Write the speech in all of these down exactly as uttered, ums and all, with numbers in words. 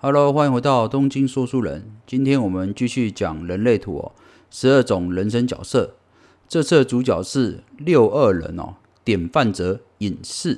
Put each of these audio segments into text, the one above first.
Hello， 欢迎回到东京说书人。今天我们继续讲人类图哦，十二种人生角色。这次的主角是六二人哦，典范者隐士。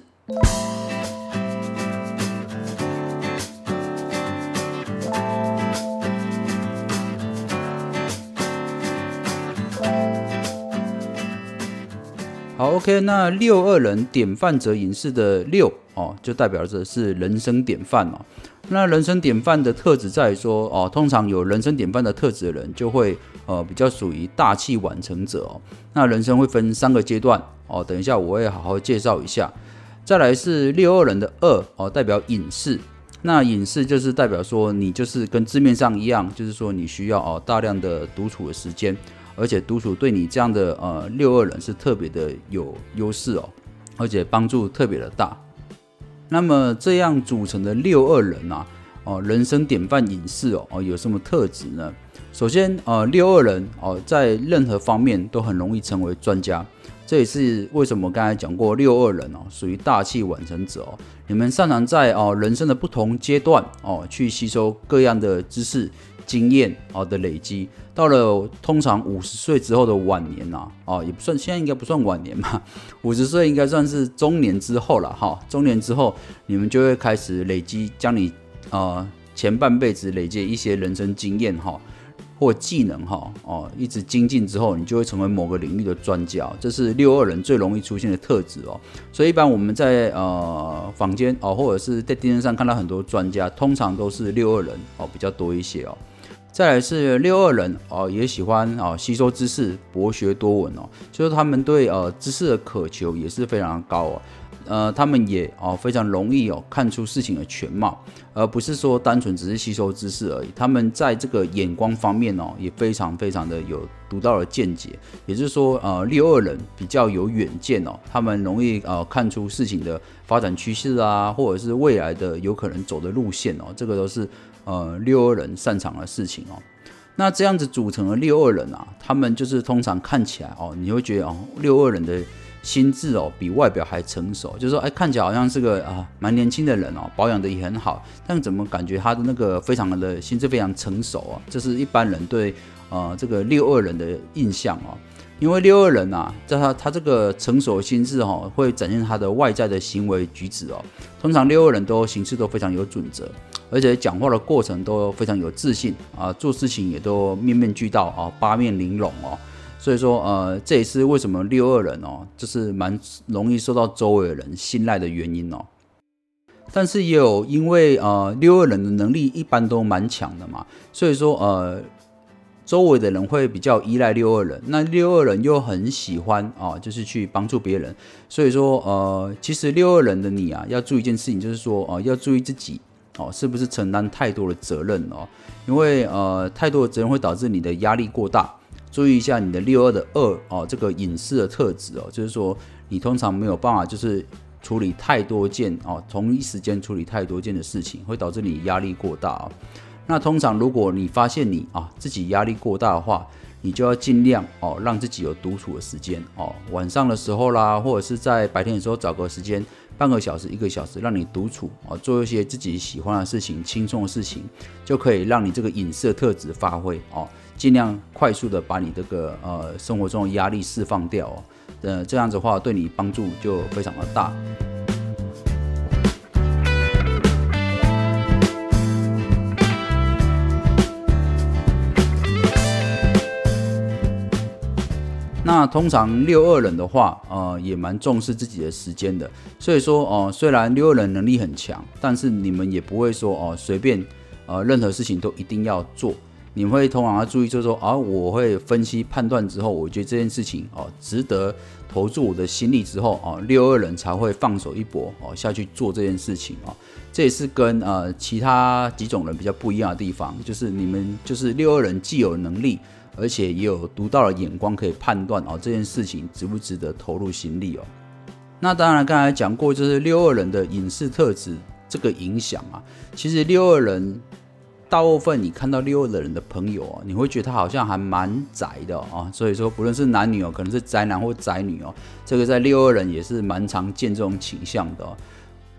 好 ，OK， 那六二人典范者隐士的六哦，就代表着是人生典范哦。那人生典范的特质在于说哦，通常有人生典范的特质的人，就会呃比较属于大器晚成者哦。那人生会分三个阶段哦，等一下我会好好介绍一下。再来是六二人的二哦，代表隐士。那隐士就是代表说你就是跟字面上一样，就是说你需要哦大量的独处的时间。而且独处对你这样的呃六二人是特别的有优势哦，而且帮助特别的大。那么这样组成的六二人啊，哦，人生典范隐士哦，哦有什么特质呢？首先，呃，六二人哦，在任何方面都很容易成为专家。这也是为什么我刚才讲过，六二人哦属于大器晚成者哦。你们擅长在哦人生的不同阶段哦去吸收各样的知识、经验哦的累积。到了通常五十岁之后的晚年呐、啊，哦也不算，现在应该不算晚年嘛，五十岁应该算是中年之后了哈。中年之后，你们就会开始累积，将你呃前半辈子累积一些人生经验哈。或技能哈哦，一直精进之后，你就会成为某个领域的专家，这是六二人最容易出现的特质哦。所以一般我们在呃坊间哦，或者是在电视上看到很多专家，通常都是六二人哦比较多一些哦。再来是六二人哦，也喜欢哦吸收知识，博学多闻哦，就是他们对呃知识的渴求也是非常高哦。呃，他们也哦非常容易哦看出事情的全貌，而不是说单纯只是吸收知识而已。他们在这个眼光方面哦也非常非常的有独到的见解，也就是说呃六二人比较有远见哦，他们容易呃看出事情的发展趋势啊，或者是未来的有可能走的路线哦，这个都是呃六二人擅长的事情哦。那这样子组成的六二人啊，他们就是通常看起来哦，你会觉得哦六二人的心智哦比外表还成熟，就是说，哎，看起来好像是个啊蛮年轻的人哦，保养的也很好，但怎么感觉他的那个非常的心智非常成熟啊？这是一般人对呃这个六二人的印象哦。因为六二人啊，在他他这个成熟的心智哦，会展现他的外在的行为举止哦。通常六二人都行事都非常有准则，而且讲话的过程都非常有自信啊，做事情也都面面俱到啊，八面玲珑哦。所以说，呃，这也是为什么六二人哦，就是蛮容易受到周围的人信赖的原因哦。但是也有因为呃六二人的能力一般都蛮强的嘛，所以说呃周围的人会比较依赖六二人。那六二人又很喜欢啊、呃，就是去帮助别人。所以说呃，其实六二人的你啊，要注意一件事情，就是说呃要注意自己哦，是不是承担太多的责任哦？因为呃太多的责任会导致你的压力过大。注意一下你的六二的二哦，这个隐士的特质哦，就是说你通常没有办法就是处理太多件哦，同一时间处理太多件的事情，会导致你压力过大哦。那通常如果你发现你啊自己压力过大的话，你就要尽量哦让自己有独处的时间哦，晚上的时候啦，或者是在白天的时候找个时间，半个小时、一个小时，让你独处哦，做一些自己喜欢的事情、轻松的事情，就可以让你这个隐士的特质发挥哦。尽量快速的把你这个呃生活中的压力释放掉哦，呃这样子的话对你帮助就非常的大。那通常六二人的话，呃也蛮重视自己的时间的，所以说哦、呃、虽然六二人能力很强，但是你们也不会说哦随便呃任何事情都一定要做。你会通常要注意，就是说啊，我会分析判断之后，我觉得这件事情哦值得投注我的心力之后哦，六二人才会放手一搏哦下去做这件事情哦。这也是跟呃其他几种人比较不一样的地方，就是你们就是六二人既有能力，而且也有独到的眼光可以判断哦这件事情值不值得投入心力哦。那当然刚才讲过，就是六二人的隐士特质这个影响啊，其实六二人。大部分你看到六二的人的朋友哦，你会觉得他好像还蛮宅的哦，所以说不论是男女哦，可能是宅男或宅女哦，这个在六二人也是蛮常见这种倾向的哦。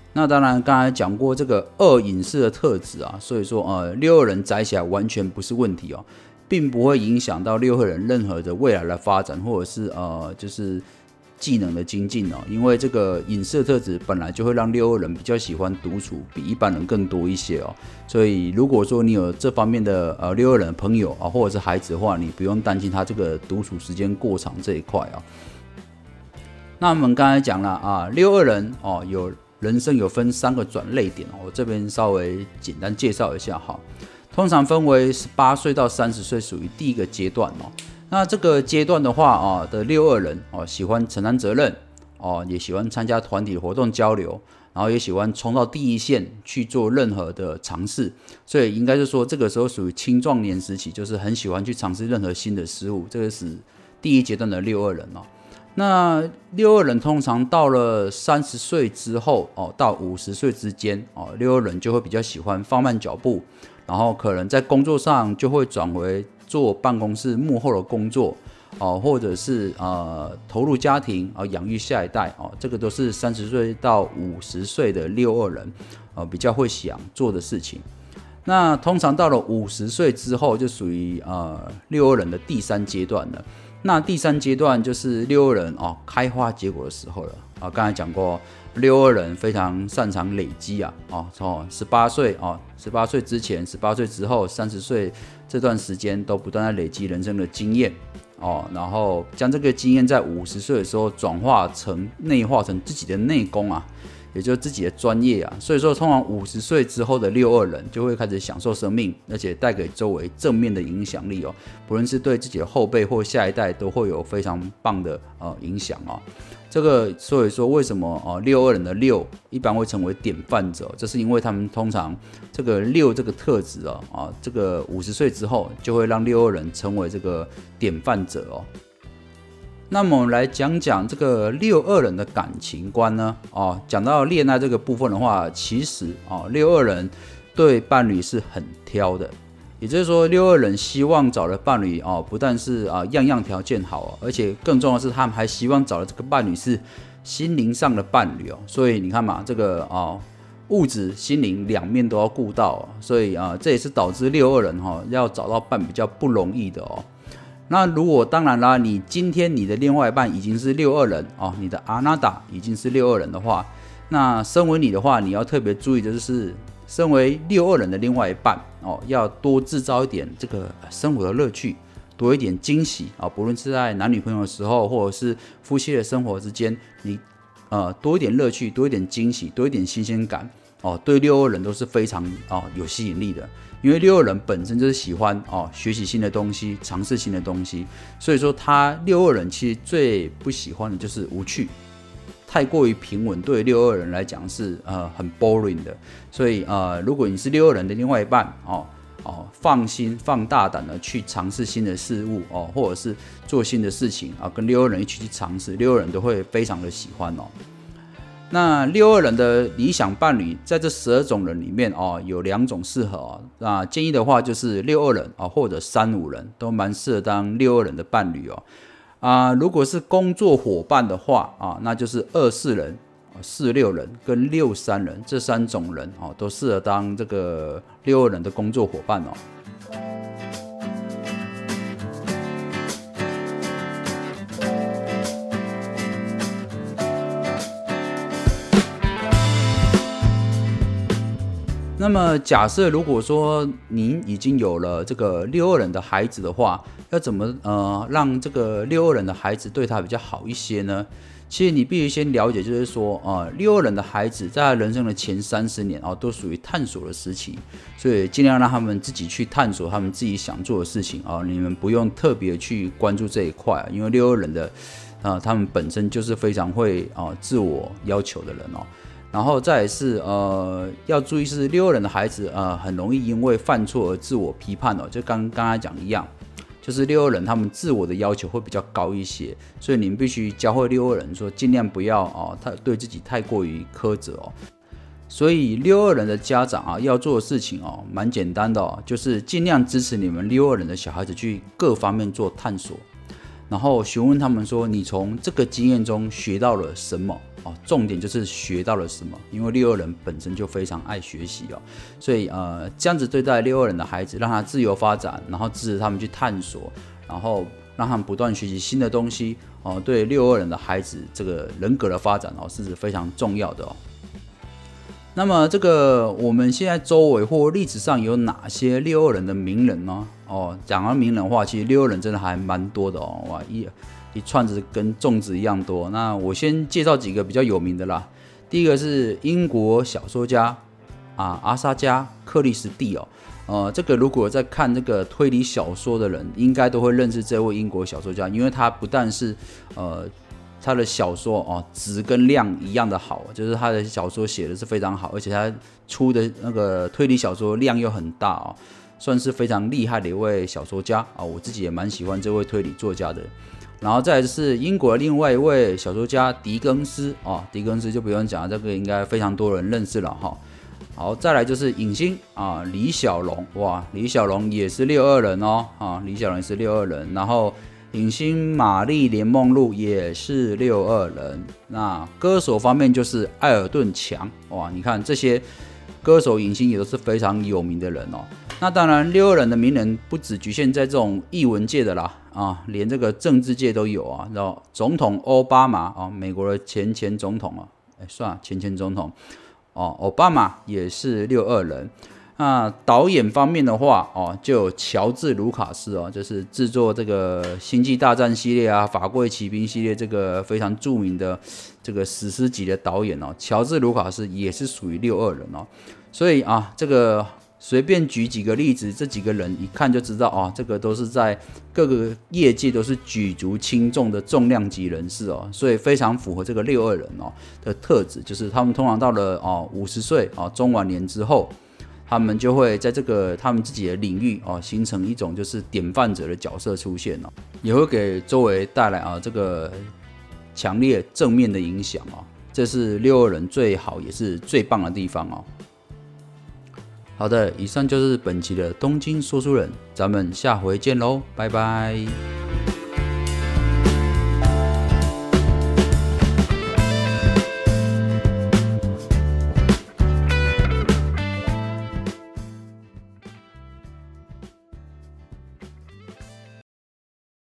那当然，刚才讲过这个二隐士的特质啊，所以说呃，六二人宅起来完全不是问题哦，并不会影响到六二人任何的未来的发展，或者是呃就是技能的精进哦。因为这个隐士的特质本来就会让六二人比较喜欢独处，比一般人更多一些哦。所以如果说你有这方面的呃六二人的朋友啊，或者是孩子的话，你不用担心他这个独处时间过长这一块啊。那我们刚才讲了啊，六二人哦有。人生有分三个转捩点，我这边稍微简单介绍一下哈。通常分为十八岁到三十岁，属于第一个阶段哦。那这个阶段的话啊的六二人哦，喜欢承担责任哦，也喜欢参加团体活动交流，然后也喜欢冲到第一线去做任何的尝试。所以应该是说，这个时候属于青壮年时期，就是很喜欢去尝试任何新的事物。这个是第一阶段的六二人哦。那六二人通常到了三十岁之后哦，到五十岁之间哦，六二人就会比较喜欢放慢脚步，然后可能在工作上就会转回做办公室幕后的工作哦，或者是呃投入家庭啊、哦，养育下一代哦，这个都是三十岁到五十岁的六二人呃比较会想做的事情。那通常到了五十岁之后，就属于呃六二人的第三阶段了。那第三阶段就是六二人哦开花结果的时候了啊。刚才讲过，六二人非常擅长累积啊，哦，从十八岁哦，十八岁之前、十八岁之后、三十岁这段时间都不断在累积人生的经验哦，然后将这个经验在五十岁的时候转化成内化成自己的内功啊。也就是自己的专业啊，所以说通常五十岁之后的六二人就会开始享受生命，而且带给周围正面的影响力哦，不论是对自己的后辈或下一代都会有非常棒的呃影响哦。这个所以说为什么呃六二人的六一般会成为典范者，这是因为他们通常这个六这个特质哦啊，这个五十岁之后就会让六二人成为这个典范者哦。那么我们来讲讲这个六二人的感情观呢？哦，讲到恋爱这个部分的话，其实哦，六二人对伴侣是很挑的，也就是说，六二人希望找的伴侣哦，不但是啊样样条件好，而且更重要的是，他们还希望找的这个伴侣是心灵上的伴侣哦。所以你看嘛，这个哦，物质、心灵两面都要顾到哦，所以啊，这也是导致六二人哈、哦、要找到伴比较不容易的哦。那如果当然啦，你今天你的另外一半已经是六二人哦，你的阿娜达已经是六二人的话，那身为你的话，你要特别注意的就是，身为六二人的另外一半哦，要多制造一点这个生活的乐趣，多一点惊喜啊、哦，不论是在男女朋友的时候，或者是夫妻的生活之间，你呃多一点乐趣，多一点惊喜，多一点新鲜感哦，对六二人都是非常哦有吸引力的。因为六二人本身就是喜欢哦学习新的东西，尝试新的东西，所以说他六二人其实最不喜欢的就是无趣，太过于平稳，对六二人来讲是呃很 boring 的。所以呃，如果你是六二人的另外一半哦哦，放心放大胆的去尝试新的事物哦，或者是做新的事情啊，跟六二人一起去尝试，六二人都会非常的喜欢哦。那六二人的理想伴侣，在这十二种人里面哦，有两种适合哦。那建议的话就是六二人啊、哦，或者三五人都蛮适合当六二人的伴侣哦。啊，如果是工作伙伴的话啊，那就是二四人、四六人跟六三人这三种人哦，都适合当这个六二人的工作伙伴哦。那么假设如果说您已经有了这个六二人的孩子的话，要怎么呃让这个六二人的孩子对他比较好一些呢？其实你必须先了解，就是说呃六二人的孩子在他人生的前三十年哦，都属于探索的时期，所以尽量让他们自己去探索他们自己想做的事情啊、哦，你们不用特别去关注这一块，因为六二人的呃他们本身就是非常会啊、呃、自我要求的人哦。然后再来是呃要注意是六二人的孩子呃很容易因为犯错而自我批判哦，就刚刚才讲一样，就是六二人他们自我的要求会比较高一些，所以你们必须教会六二人说尽量不要哦太对自己太过于苛责哦。所以六二人的家长啊要做的事情哦蛮简单的哦，就是尽量支持你们六二人的小孩子去各方面做探索。 然后询问他们说你从这个经验中学到了什么哦，重点就是学到了什么，因为六二人本身就非常爱学习哦，所以呃这样子对待六二人的孩子，让他自由发展，然后支持他们去探索，然后让他们不断学习新的东西哦，对六二人的孩子这个人格的发展哦是非常重要的哦。那么这个我们现在周围或历史上有哪些六二人的名人呢？哦，讲到名人的话，其实六二人真的还蛮多的哦，哇一一串子跟粽子一样多。那我先介绍几个比较有名的啦。第一个是英国小说家啊，阿莎加·克里斯蒂哦。呃，这个如果在看这个推理小说的人，应该都会认识这位英国小说家，因为他不但是呃他的小说哦质跟量一样的好，就是他的小说写的是非常好，而且他出的那个推理小说量又很大哦，算是非常厉害的一位小说家啊、哦。我自己也蛮喜欢这位推理作家的。然后再来是英国的另外一位小说家狄更斯哦，狄更斯就不用讲了，这个应该非常多人认识了哈。哦好，再来就是影星啊，李小龙，哇，李小龙也是六二人哦，啊，李小龙也是六二人。然后影星玛丽莲梦露也是六二人。那歌手方面就是艾尔顿强，哇，你看这些歌手、影星也都是非常有名的人哦。那当然，六二人的名人不只局限在这种艺文界的啦，啊，连这个政治界都有啊。然后总统奥巴马啊，美国的前前总统啊，哎，算了，前前总统。哦，奥巴马也是六二人。那导演方面的话，哦，就有乔治·卢卡斯哦，就是制作这个《星际大战》系列啊，《法柜骑兵》系列这个非常著名的这个史诗级的导演哦，乔治·卢卡斯也是属于六二人哦。所以啊，这个随便举几个例子，这几个人一看就知道啊，这个都是在各个业界都是举足轻重的重量级人士哦，所以非常符合这个六二人哦的特质，就是他们通常到了哦五十岁啊中晚年之后，他们就会在这个他们自己的领域哦形成一种就是典范者的角色出现哦，也会给周围带来啊这个强烈正面的影响哦，这是六二人最好也是最棒的地方哦。好的，以上就是本期的东京说书人，咱们下回见喽，拜拜。